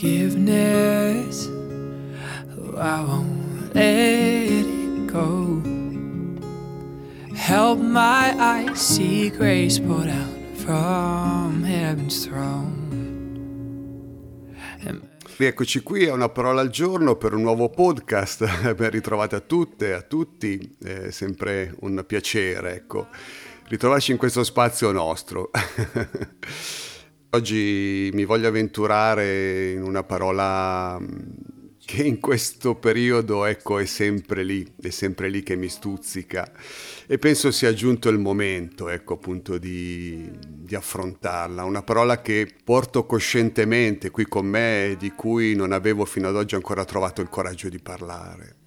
forgiveness. Oh, I won't let it go. Help my eyes see grace poured out from heaven's throne. Rieccoci qui a Una parola al giorno per un nuovo podcast. Ben ritrovate a tutte e a tutti, è sempre un piacere, ecco, ritrovarci in questo spazio nostro. Oggi mi voglio avventurare in una parola che in questo periodo, ecco, è sempre lì che mi stuzzica e penso sia giunto il momento, ecco, appunto di affrontarla. Una parola che porto coscientemente qui con me e di cui non avevo fino ad oggi ancora trovato il coraggio di parlare.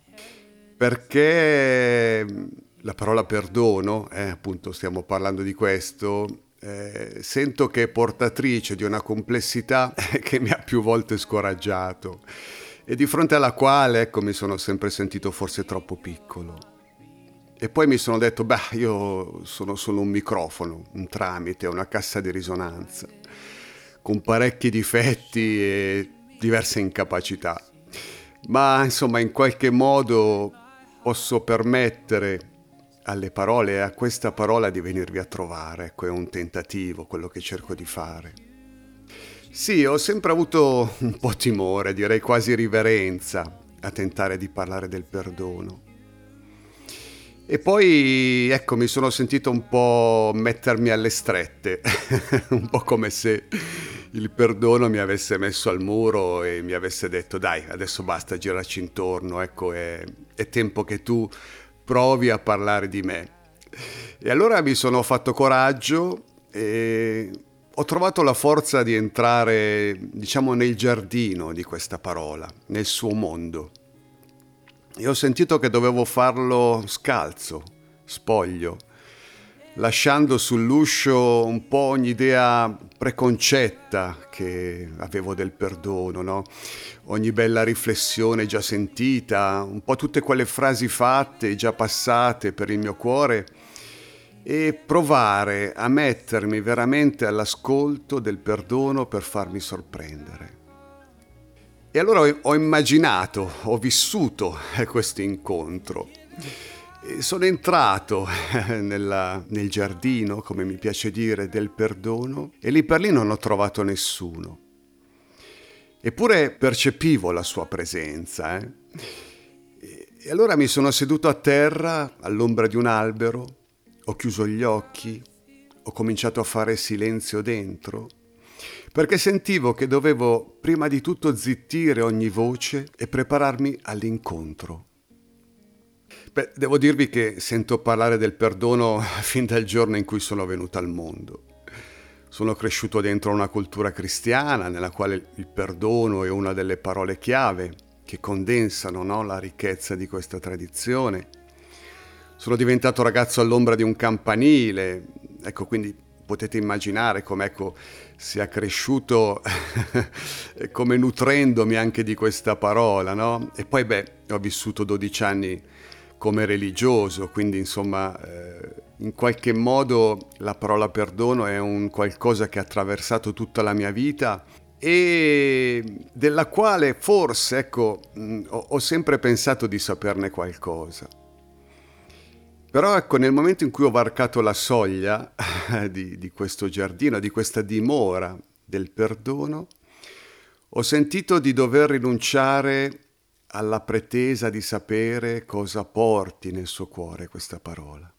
Perché la parola perdono, appunto stiamo parlando di questo, sento che è portatrice di una complessità che mi ha più volte scoraggiato e di fronte alla quale, ecco, mi sono sempre sentito forse troppo piccolo. E poi mi sono detto, io sono solo un microfono, un tramite, una cassa di risonanza, con parecchi difetti e diverse incapacità. Ma insomma, in qualche modo posso permettere alle parole e a questa parola di venirvi a trovare. Ecco, è un tentativo quello che cerco di fare. Sì, ho sempre avuto un po' timore, direi quasi riverenza, a tentare di parlare del perdono. E poi, ecco, mi sono sentito un po' mettermi alle strette, un po' come se il perdono mi avesse messo al muro e mi avesse detto dai, adesso basta girarci intorno, ecco, è tempo che tu provi a parlare di me. E allora mi sono fatto coraggio e ho trovato la forza di entrare, diciamo, nel giardino di questa parola, nel suo mondo. E ho sentito che dovevo farlo scalzo, spoglio, lasciando sull'uscio un po' ogni idea preconcetta che avevo del perdono, no? Ogni bella riflessione già sentita, un po' tutte quelle frasi fatte, già passate per il mio cuore, e provare a mettermi veramente all'ascolto del perdono per farmi sorprendere. E allora ho immaginato, ho vissuto questo incontro. E sono entrato nel giardino, come mi piace dire, del perdono, e lì per lì non ho trovato nessuno. Eppure percepivo la sua presenza. E allora mi sono seduto a terra, all'ombra di un albero, ho chiuso gli occhi, ho cominciato a fare silenzio dentro, perché sentivo che dovevo prima di tutto zittire ogni voce e prepararmi all'incontro. Devo dirvi che sento parlare del perdono fin dal giorno in cui sono venuto al mondo. Sono cresciuto dentro una cultura cristiana nella quale il perdono è una delle parole chiave che condensano, no, la ricchezza di questa tradizione. Sono diventato ragazzo all'ombra di un campanile, ecco, quindi potete immaginare come, ecco, sia cresciuto come nutrendomi anche di questa parola, no? E poi, ho vissuto 12 anni come religioso, quindi insomma, in qualche modo la parola perdono è un qualcosa che ha attraversato tutta la mia vita e della quale forse, ecco, ho sempre pensato di saperne qualcosa. Però ecco, nel momento in cui ho varcato la soglia di questo giardino, di questa dimora del perdono, ho sentito di dover rinunciare alla pretesa di sapere cosa porti nel suo cuore questa parola.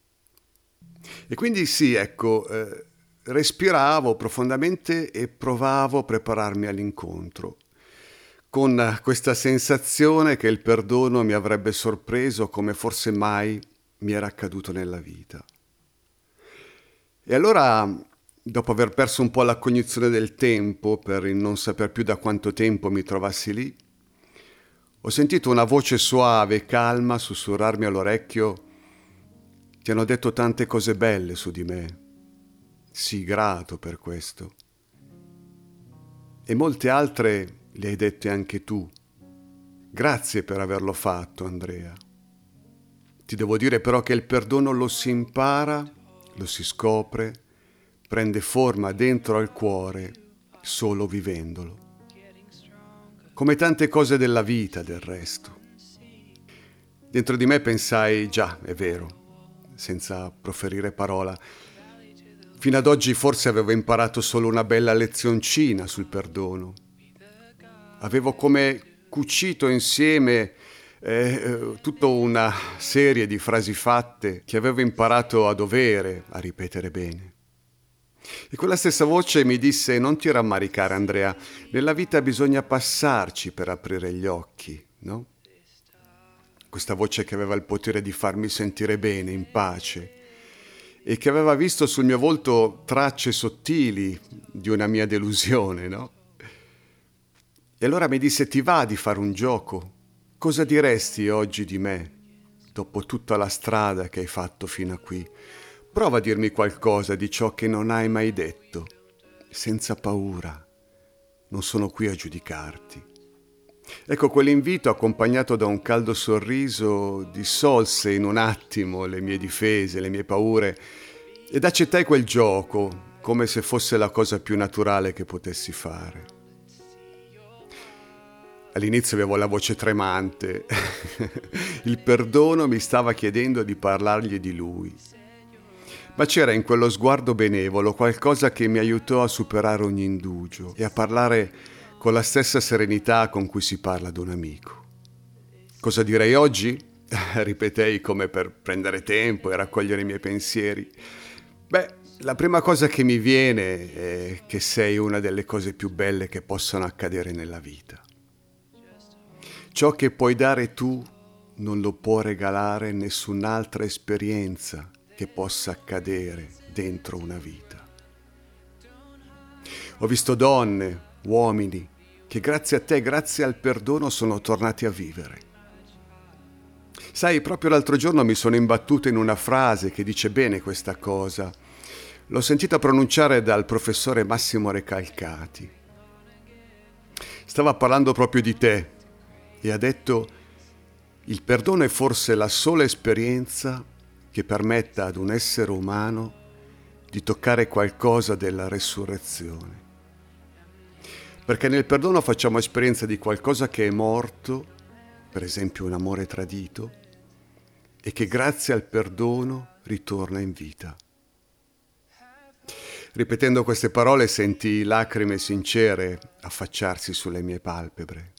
E quindi sì, ecco, respiravo profondamente e provavo a prepararmi all'incontro, con questa sensazione che il perdono mi avrebbe sorpreso come forse mai mi era accaduto nella vita. E allora, dopo aver perso un po' la cognizione del tempo, per il non saper più da quanto tempo mi trovassi lì, ho sentito una voce suave e calma sussurrarmi all'orecchio: ti hanno detto tante cose belle su di me, sii grato per questo. E molte altre le hai dette anche tu. Grazie per averlo fatto, Andrea. Ti devo dire però che il perdono lo si impara, lo si scopre, prende forma dentro al cuore solo vivendolo. come tante cose della vita del resto. Dentro di me pensai, già, è vero, senza proferire parola. Fino ad oggi forse avevo imparato solo una bella lezioncina sul perdono. Avevo come cucito insieme tutta una serie di frasi fatte che avevo imparato a dovere, a ripetere bene. E quella stessa voce mi disse: non ti rammaricare, Andrea, nella vita bisogna passarci per aprire gli occhi, no? Questa voce che aveva il potere di farmi sentire bene, in pace, e che aveva visto sul mio volto tracce sottili di una mia delusione, no? E allora mi disse: ti va di fare un gioco? Cosa diresti oggi di me, dopo tutta la strada che hai fatto fino a qui? Prova a dirmi qualcosa di ciò che non hai mai detto, senza paura. Non sono qui a giudicarti. Ecco, quell'invito, accompagnato da un caldo sorriso, dissolse in un attimo le mie difese, le mie paure, ed accettai quel gioco come se fosse la cosa più naturale che potessi fare. All'inizio avevo la voce tremante. Il perdono mi stava chiedendo di parlargli di lui. Ma c'era in quello sguardo benevolo qualcosa che mi aiutò a superare ogni indugio e a parlare con la stessa serenità con cui si parla ad un amico. Cosa direi oggi? Ripetei come per prendere tempo e raccogliere i miei pensieri. La prima cosa che mi viene è che sei una delle cose più belle che possano accadere nella vita. Ciò che puoi dare tu non lo può regalare nessun'altra esperienza che possa accadere dentro una vita. Ho visto donne, uomini, che grazie a te, grazie al perdono, sono tornati a vivere. Sai, proprio l'altro giorno mi sono imbattuto in una frase che dice bene questa cosa. L'ho sentita pronunciare dal professore Massimo Recalcati. Stava parlando proprio di te e ha detto: il perdono è forse la sola esperienza che permetta ad un essere umano di toccare qualcosa della resurrezione. Perché nel perdono facciamo esperienza di qualcosa che è morto, per esempio un amore tradito, e che grazie al perdono ritorna in vita. Ripetendo queste parole sentii lacrime sincere affacciarsi sulle mie palpebre.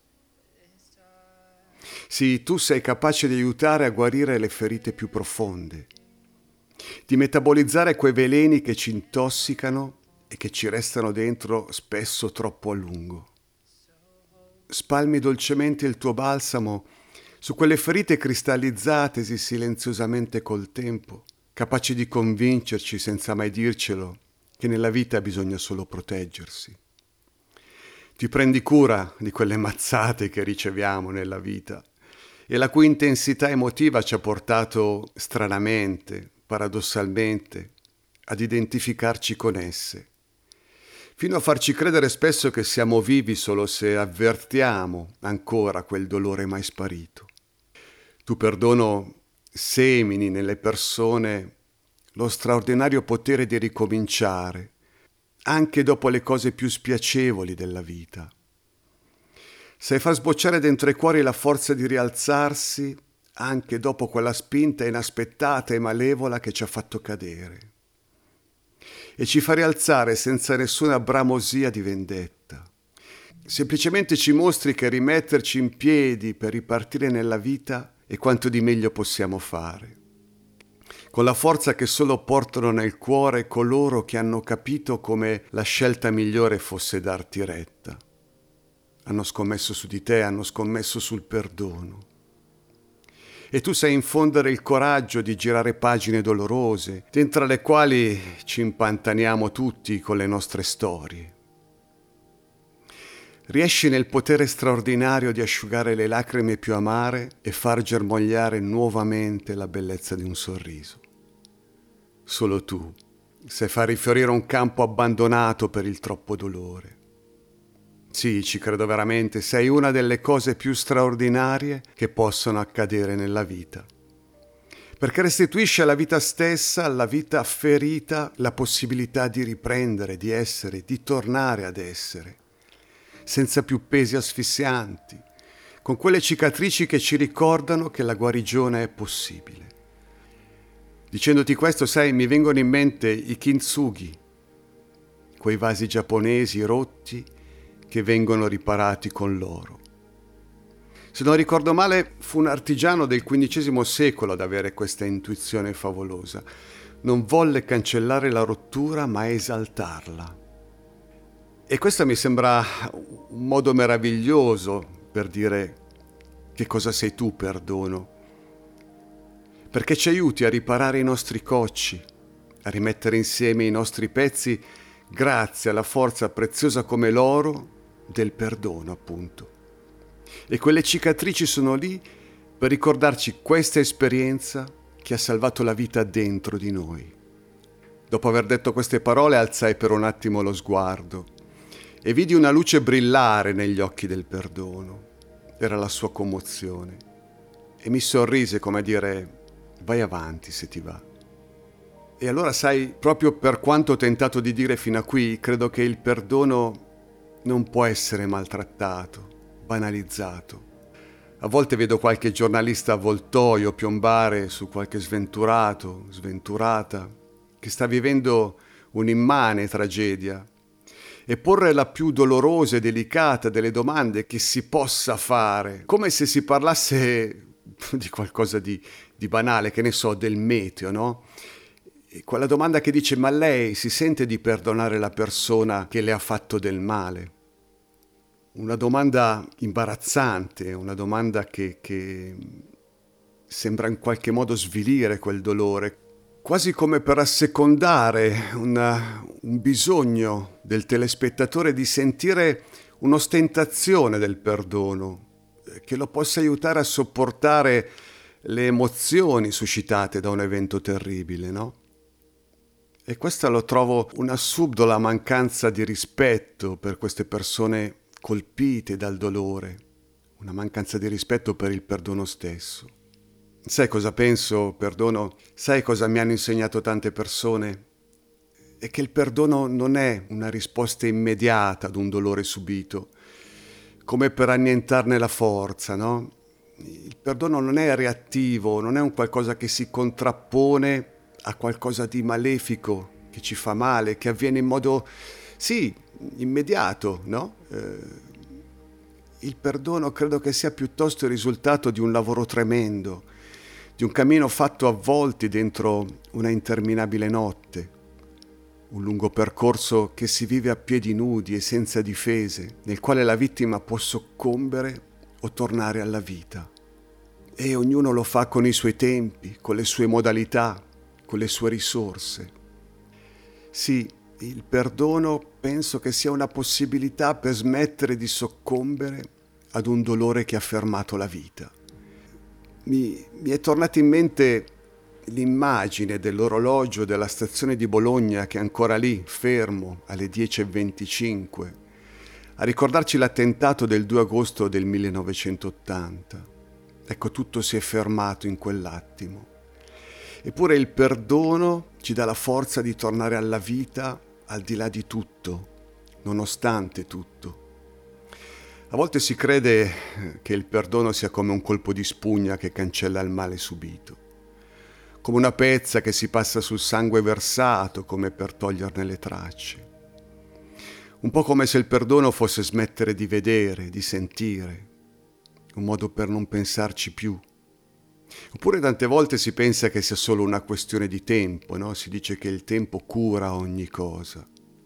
Sì, tu sei capace di aiutare a guarire le ferite più profonde, di metabolizzare quei veleni che ci intossicano e che ci restano dentro spesso troppo a lungo. Spalmi dolcemente il tuo balsamo su quelle ferite cristallizzatesi silenziosamente col tempo, capaci di convincerci senza mai dircelo che nella vita bisogna solo proteggersi. Ti prendi cura di quelle mazzate che riceviamo nella vita e la cui intensità emotiva ci ha portato stranamente, paradossalmente, ad identificarci con esse, fino a farci credere spesso che siamo vivi solo se avvertiamo ancora quel dolore mai sparito. Tu, perdono, semini nelle persone lo straordinario potere di ricominciare, anche dopo le cose più spiacevoli della vita. Sai far sbocciare dentro i cuori la forza di rialzarsi anche dopo quella spinta inaspettata e malevola che ci ha fatto cadere. E ci fa rialzare senza nessuna bramosia di vendetta. Semplicemente ci mostri che rimetterci in piedi per ripartire nella vita è quanto di meglio possiamo fare. Con la forza che solo portano nel cuore coloro che hanno capito come la scelta migliore fosse darti retta. Hanno scommesso su di te, hanno scommesso sul perdono. E tu sai infondere il coraggio di girare pagine dolorose, dentro le quali ci impantaniamo tutti con le nostre storie. Riesci nel potere straordinario di asciugare le lacrime più amare e far germogliare nuovamente la bellezza di un sorriso. Solo tu sai far rifiorire un campo abbandonato per il troppo dolore. Sì, ci credo veramente, sei una delle cose più straordinarie che possono accadere nella vita. Perché restituisci alla vita stessa, alla vita ferita, la possibilità di riprendere, di essere, di tornare ad essere. senza più pesi asfissianti, con quelle cicatrici che ci ricordano che la guarigione è possibile. Dicendoti questo, sai, mi vengono in mente i kintsugi, quei vasi giapponesi rotti che vengono riparati con l'oro. Se non ricordo male, fu un artigiano del XV secolo ad avere questa intuizione favolosa. Non volle cancellare la rottura, ma esaltarla. E questo mi sembra un modo meraviglioso per dire che cosa sei tu, perdono. Perché ci aiuti a riparare i nostri cocci, a rimettere insieme i nostri pezzi grazie alla forza preziosa come l'oro del perdono, appunto. E quelle cicatrici sono lì per ricordarci questa esperienza che ha salvato la vita dentro di noi. Dopo aver detto queste parole, alzai per un attimo lo sguardo e vidi una luce brillare negli occhi del perdono. Era la sua commozione. E mi sorrise come a dire: vai avanti se ti va. E allora, sai, proprio per quanto ho tentato di dire fino a qui, credo che il perdono non può essere maltrattato, banalizzato. A volte vedo qualche giornalista avvoltoio piombare su qualche sventurato, sventurata, che sta vivendo un'immane tragedia e porre la più dolorosa e delicata delle domande che si possa fare, come se si parlasse di qualcosa di banale, che ne so, del meteo, no? E quella domanda che dice: ma lei si sente di perdonare la persona che le ha fatto del male? Una domanda imbarazzante, una domanda che sembra in qualche modo svilire quel dolore, quasi come per assecondare un bisogno del telespettatore di sentire un'ostentazione del perdono, che lo possa aiutare a sopportare le emozioni suscitate da un evento terribile, no? E questa lo trovo una subdola mancanza di rispetto per queste persone colpite dal dolore, una mancanza di rispetto per il perdono stesso. Sai cosa penso, perdono? Sai cosa mi hanno insegnato tante persone? È che il perdono non è una risposta immediata ad un dolore subito, come per annientarne la forza, no? Il perdono non è reattivo, non è un qualcosa che si contrappone a qualcosa di malefico, che ci fa male, che avviene in modo, sì, immediato, no? Il perdono credo che sia piuttosto il risultato di un lavoro tremendo, di un cammino fatto a volti dentro una interminabile notte, un lungo percorso che si vive a piedi nudi e senza difese, nel quale la vittima può soccombere o tornare alla vita. E ognuno lo fa con i suoi tempi, con le sue modalità, con le sue risorse. Sì, il perdono penso che sia una possibilità per smettere di soccombere ad un dolore che ha fermato la vita. Mi è tornata in mente l'immagine dell'orologio della stazione di Bologna che è ancora lì, fermo, alle 10:25, a ricordarci l'attentato del 2 agosto del 1980. Ecco, tutto si è fermato in quell'attimo. Eppure il perdono ci dà la forza di tornare alla vita al di là di tutto, nonostante tutto. A volte si crede che il perdono sia come un colpo di spugna che cancella il male subito, come una pezza che si passa sul sangue versato come per toglierne le tracce. Un po' come se il perdono fosse smettere di vedere, di sentire, un modo per non pensarci più. Oppure tante volte si pensa che sia solo una questione di tempo, no? Si dice che il tempo cura ogni cosa.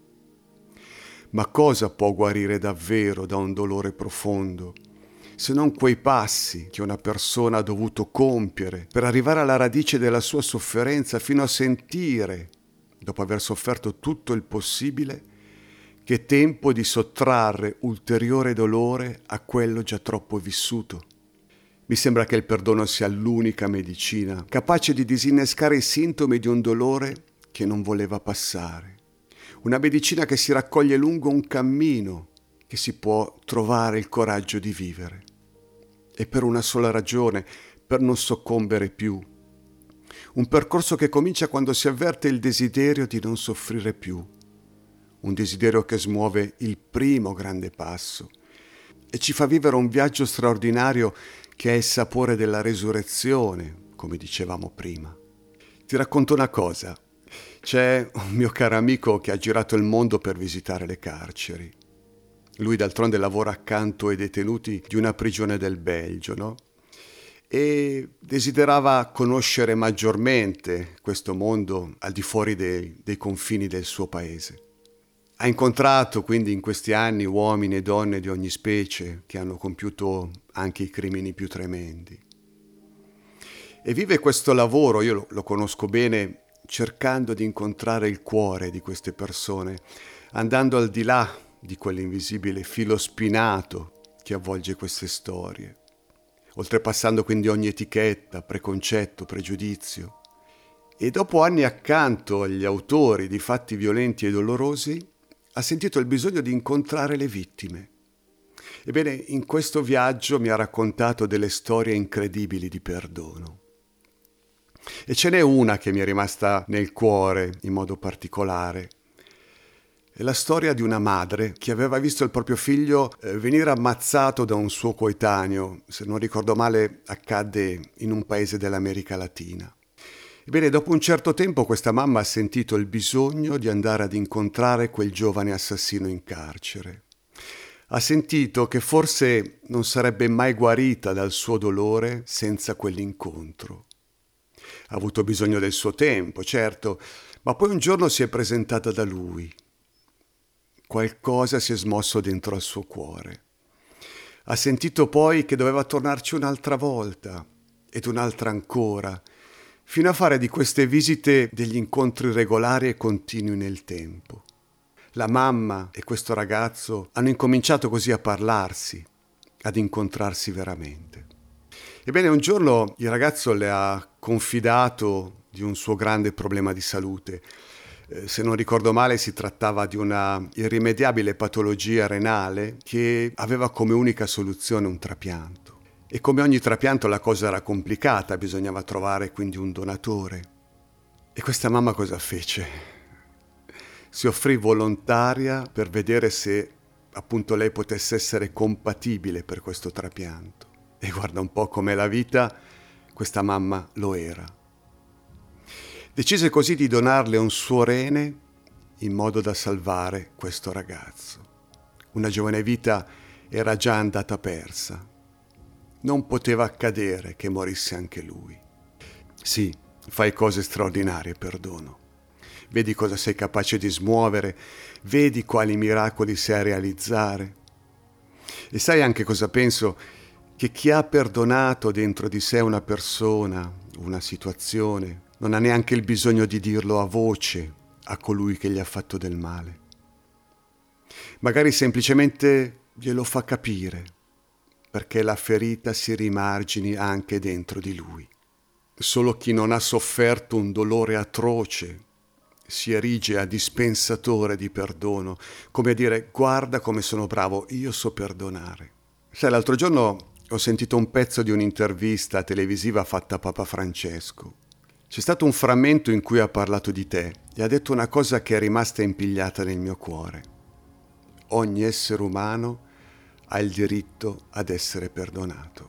Ma cosa può guarire davvero da un dolore profondo, se non quei passi che una persona ha dovuto compiere per arrivare alla radice della sua sofferenza, fino a sentire, dopo aver sofferto tutto il possibile, che è tempo di sottrarre ulteriore dolore a quello già troppo vissuto. Mi sembra che il perdono sia l'unica medicina capace di disinnescare i sintomi di un dolore che non voleva passare. Una medicina che si raccoglie lungo un cammino che si può trovare il coraggio di vivere. E per una sola ragione, per non soccombere più. Un percorso che comincia quando si avverte il desiderio di non soffrire più. un desiderio che smuove il primo grande passo e ci fa vivere un viaggio straordinario che è il sapore della resurrezione, come dicevamo prima. Ti racconto una cosa. C'è un mio caro amico che ha girato il mondo per visitare le carceri. Lui d'altronde lavora accanto ai detenuti di una prigione del Belgio, no? E desiderava conoscere maggiormente questo mondo al di fuori dei confini del suo paese. Ha incontrato quindi in questi anni uomini e donne di ogni specie che hanno compiuto anche i crimini più tremendi. E vive questo lavoro, io lo conosco bene, cercando di incontrare il cuore di queste persone, andando al di là di quell'invisibile filo spinato che avvolge queste storie, oltrepassando quindi ogni etichetta, preconcetto, pregiudizio. E dopo anni accanto agli autori di fatti violenti e dolorosi, ha sentito il bisogno di incontrare le vittime. Ebbene, in questo viaggio mi ha raccontato delle storie incredibili di perdono. E ce n'è una che mi è rimasta nel cuore in modo particolare. È la storia di una madre che aveva visto il proprio figlio venire ammazzato da un suo coetaneo. Se non ricordo male, accadde in un paese dell'America Latina. Ebbene, dopo un certo tempo questa mamma ha sentito il bisogno di andare ad incontrare quel giovane assassino in carcere. Ha sentito che forse non sarebbe mai guarita dal suo dolore senza quell'incontro. Ha avuto bisogno del suo tempo, certo, ma poi un giorno si è presentata da lui. Qualcosa si è smosso dentro al suo cuore. Ha sentito poi che doveva tornarci un'altra volta ed un'altra ancora, fino a fare di queste visite degli incontri regolari e continui nel tempo. La mamma e questo ragazzo hanno incominciato così a parlarsi, ad incontrarsi veramente. Ebbene, un giorno il ragazzo le ha confidato di un suo grande problema di salute. Se non ricordo male, si trattava di una irrimediabile patologia renale che aveva come unica soluzione un trapianto. E come ogni trapianto la cosa era complicata, bisognava trovare quindi un donatore. E questa mamma cosa fece? Si offrì volontaria per vedere se appunto lei potesse essere compatibile per questo trapianto. E guarda un po' com'è la vita, questa mamma lo era. Decise così di donarle un suo rene in modo da salvare questo ragazzo. Una giovane vita era già andata persa. Non poteva accadere che morisse anche lui. Sì, fai cose straordinarie, perdono. Vedi cosa sei capace di smuovere, vedi quali miracoli sai realizzare. E sai anche cosa penso? Che chi ha perdonato dentro di sé una persona, una situazione, non ha neanche il bisogno di dirlo a voce a colui che gli ha fatto del male. Magari semplicemente glielo fa capire, perché la ferita si rimargini anche dentro di lui. Solo chi non ha sofferto un dolore atroce si erige a dispensatore di perdono, come a dire: guarda come sono bravo, io so perdonare. Sai, l'altro giorno ho sentito un pezzo di un'intervista televisiva fatta a Papa Francesco. C'è stato un frammento in cui ha parlato di te e ha detto una cosa che è rimasta impigliata nel mio cuore. Ogni essere umano ha il diritto ad essere perdonato.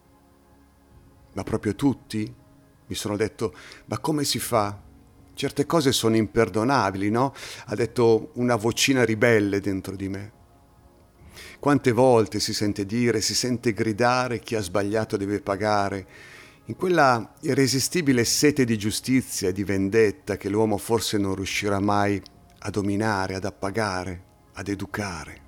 Ma proprio tutti? Mi sono detto, ma come si fa? Certe cose sono imperdonabili, no? Ha detto una vocina ribelle dentro di me. Quante volte si sente dire, si sente gridare: chi ha sbagliato deve pagare, in quella irresistibile sete di giustizia e di vendetta che l'uomo forse non riuscirà mai a dominare, ad appagare, ad educare.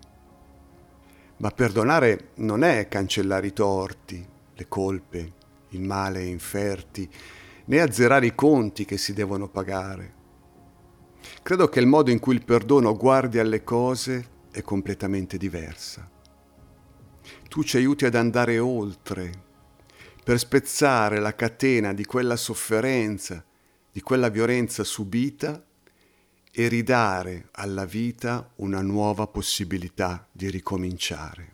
Ma perdonare non è cancellare i torti, le colpe, il male inferti, né azzerare i conti che si devono pagare. Credo che il modo in cui il perdono guardi alle cose è completamente diversa. Tu ci aiuti ad andare oltre, per spezzare la catena di quella sofferenza, di quella violenza subita e ridare alla vita una nuova possibilità di ricominciare.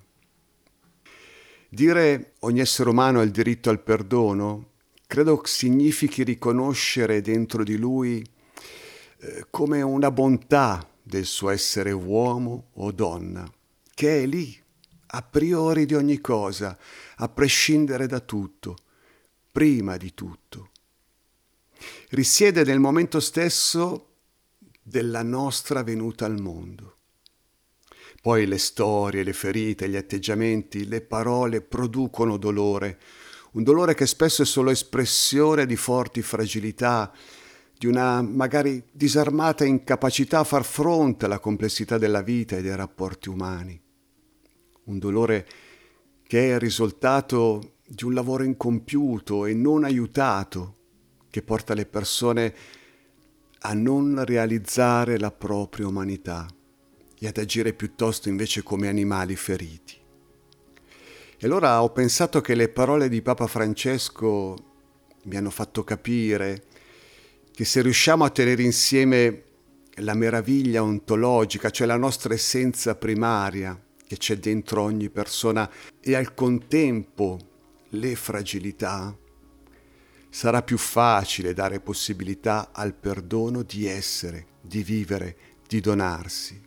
Dire ogni essere umano ha il diritto al perdono credo significhi riconoscere dentro di lui come una bontà del suo essere uomo o donna, che è lì, a priori di ogni cosa, a prescindere da tutto, prima di tutto. Risiede nel momento stesso della nostra venuta al mondo. Poi le storie, le ferite, gli atteggiamenti, le parole producono dolore, un dolore che spesso è solo espressione di forti fragilità, di una magari disarmata incapacità a far fronte alla complessità della vita e dei rapporti umani. Un dolore che è il risultato di un lavoro incompiuto e non aiutato, che porta le persone a non realizzare la propria umanità e ad agire piuttosto invece come animali feriti. E allora ho pensato che le parole di Papa Francesco mi hanno fatto capire che se riusciamo a tenere insieme la meraviglia ontologica, cioè la nostra essenza primaria che c'è dentro ogni persona, e al contempo le fragilità, sarà più facile dare possibilità al perdono di essere, di vivere, di donarsi.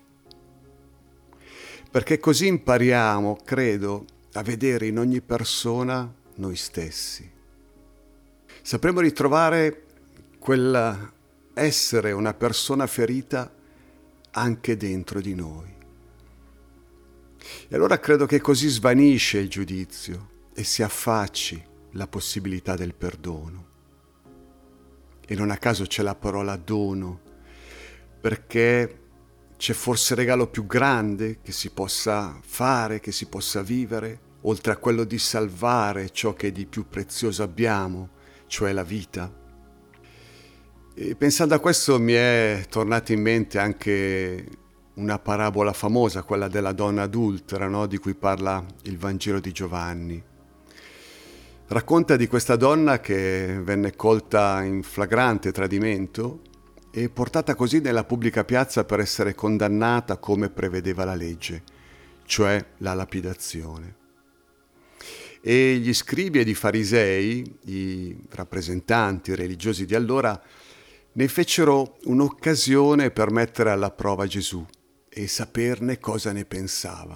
Perché così impariamo, credo, a vedere in ogni persona noi stessi. Sapremo ritrovare quell'essere una persona ferita anche dentro di noi. E allora credo che così svanisce il giudizio e si affacci la possibilità del perdono. E non a caso c'è la parola dono, perché c'è forse il regalo più grande che si possa fare, che si possa vivere, oltre a quello di salvare ciò che di più prezioso abbiamo, cioè la vita. E pensando a questo mi è tornata in mente anche una parabola famosa, quella della donna adultera, no? Di cui parla il Vangelo di Giovanni. Racconta di questa donna che venne colta in flagrante tradimento e portata così nella pubblica piazza per essere condannata come prevedeva la legge, cioè la lapidazione. E gli scribi ed i farisei, i rappresentanti religiosi di allora, ne fecero un'occasione per mettere alla prova Gesù e saperne cosa ne pensava.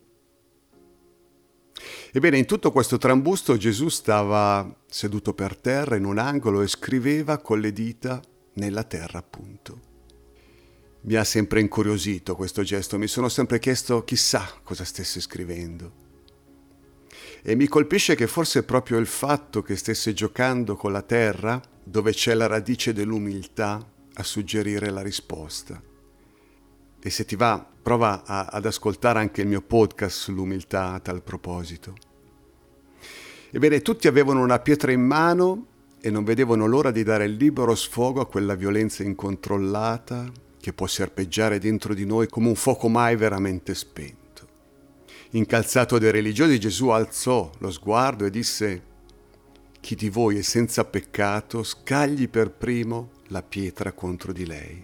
Ebbene, in tutto questo trambusto Gesù stava seduto per terra in un angolo e scriveva con le dita nella terra, appunto. Mi ha sempre incuriosito questo gesto, mi sono sempre chiesto chissà cosa stesse scrivendo. E mi colpisce che forse proprio il fatto che stesse giocando con la terra, dove c'è la radice dell'umiltà, a suggerire la risposta. E se ti va, prova ad ascoltare anche il mio podcast sull'umiltà a tal proposito. Ebbene, tutti avevano una pietra in mano e non vedevano l'ora di dare il libero sfogo a quella violenza incontrollata che può serpeggiare dentro di noi come un fuoco mai veramente spento. Incalzato dai religiosi, Gesù alzò lo sguardo e disse: «Chi di voi è senza peccato, scagli per primo la pietra contro di lei».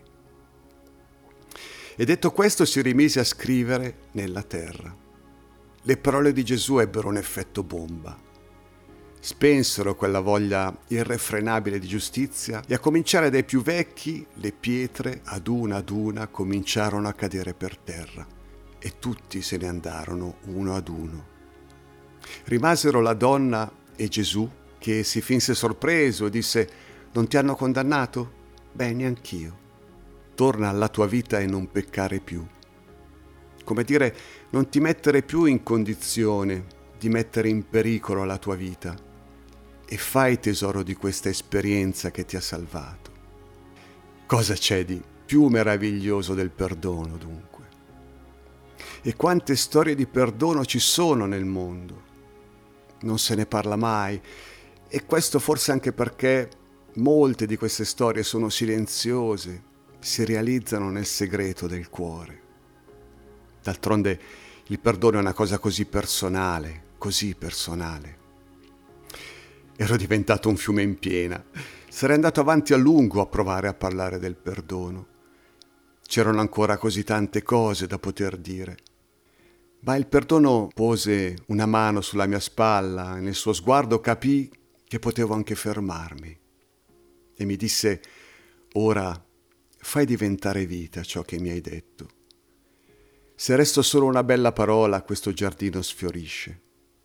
E detto questo si rimise a scrivere nella terra. Le parole di Gesù ebbero un effetto bomba. Spensero quella voglia irrefrenabile di giustizia e a cominciare dai più vecchi le pietre ad una cominciarono a cadere per terra e tutti se ne andarono uno ad uno. Rimasero la donna e Gesù, che si finse sorpreso e disse: «Non ti hanno condannato? Beh, neanch'io. Torna alla tua vita e non peccare più». Come dire, non ti mettere più in condizione di mettere in pericolo la tua vita e fai tesoro di questa esperienza che ti ha salvato. Cosa c'è di più meraviglioso del perdono, dunque? E quante storie di perdono ci sono nel mondo? Non se ne parla mai, e questo forse anche perché molte di queste storie sono silenziose, si realizzano nel segreto del cuore. D'altronde il perdono è una cosa così personale, così personale. Ero diventato un fiume in piena. Sarei andato avanti a lungo a provare a parlare del perdono. C'erano ancora così tante cose da poter dire. Ma il perdono pose una mano sulla mia spalla e nel suo sguardo capì che potevo anche fermarmi. E mi disse: «Ora fai diventare vita ciò che mi hai detto. Se resto solo una bella parola, questo giardino sfiorisce.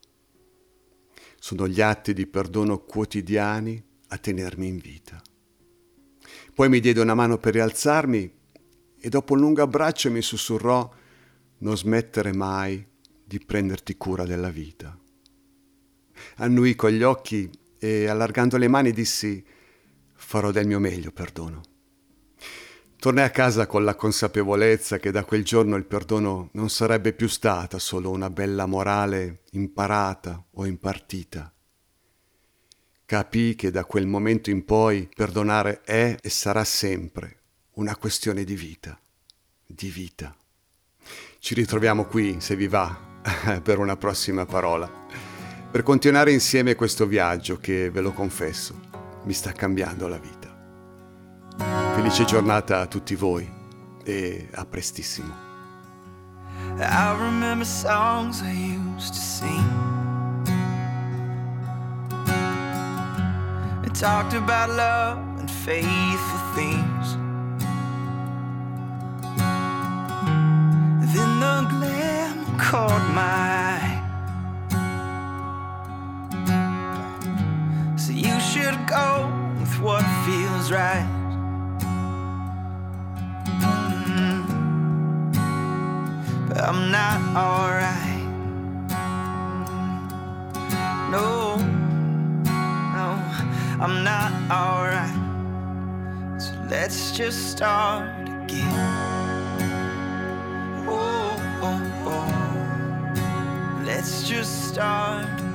Sono gli atti di perdono quotidiani a tenermi in vita. Poi mi diede una mano per rialzarmi e dopo un lungo abbraccio mi sussurrò: non smettere mai di prenderti cura della vita. Annui con gli occhi e allargando le mani dissi: farò del mio meglio, perdono. Tornai a casa con la consapevolezza che da quel giorno il perdono non sarebbe più stata solo una bella morale imparata o impartita. Capii che da quel momento in poi perdonare è e sarà sempre una questione di vita, di vita. Ci ritroviamo qui, se vi va, per una prossima parola, per continuare insieme questo viaggio che, ve lo confesso, mi sta cambiando la vita. Felice giornata a tutti voi e a prestissimo. I remember songs I used to sing. It talked about love and faithful things. Then the glam caught my eye. So you should go with what feels right. But I'm not alright. No, I'm not alright. So let's just start again. Oh, let's just start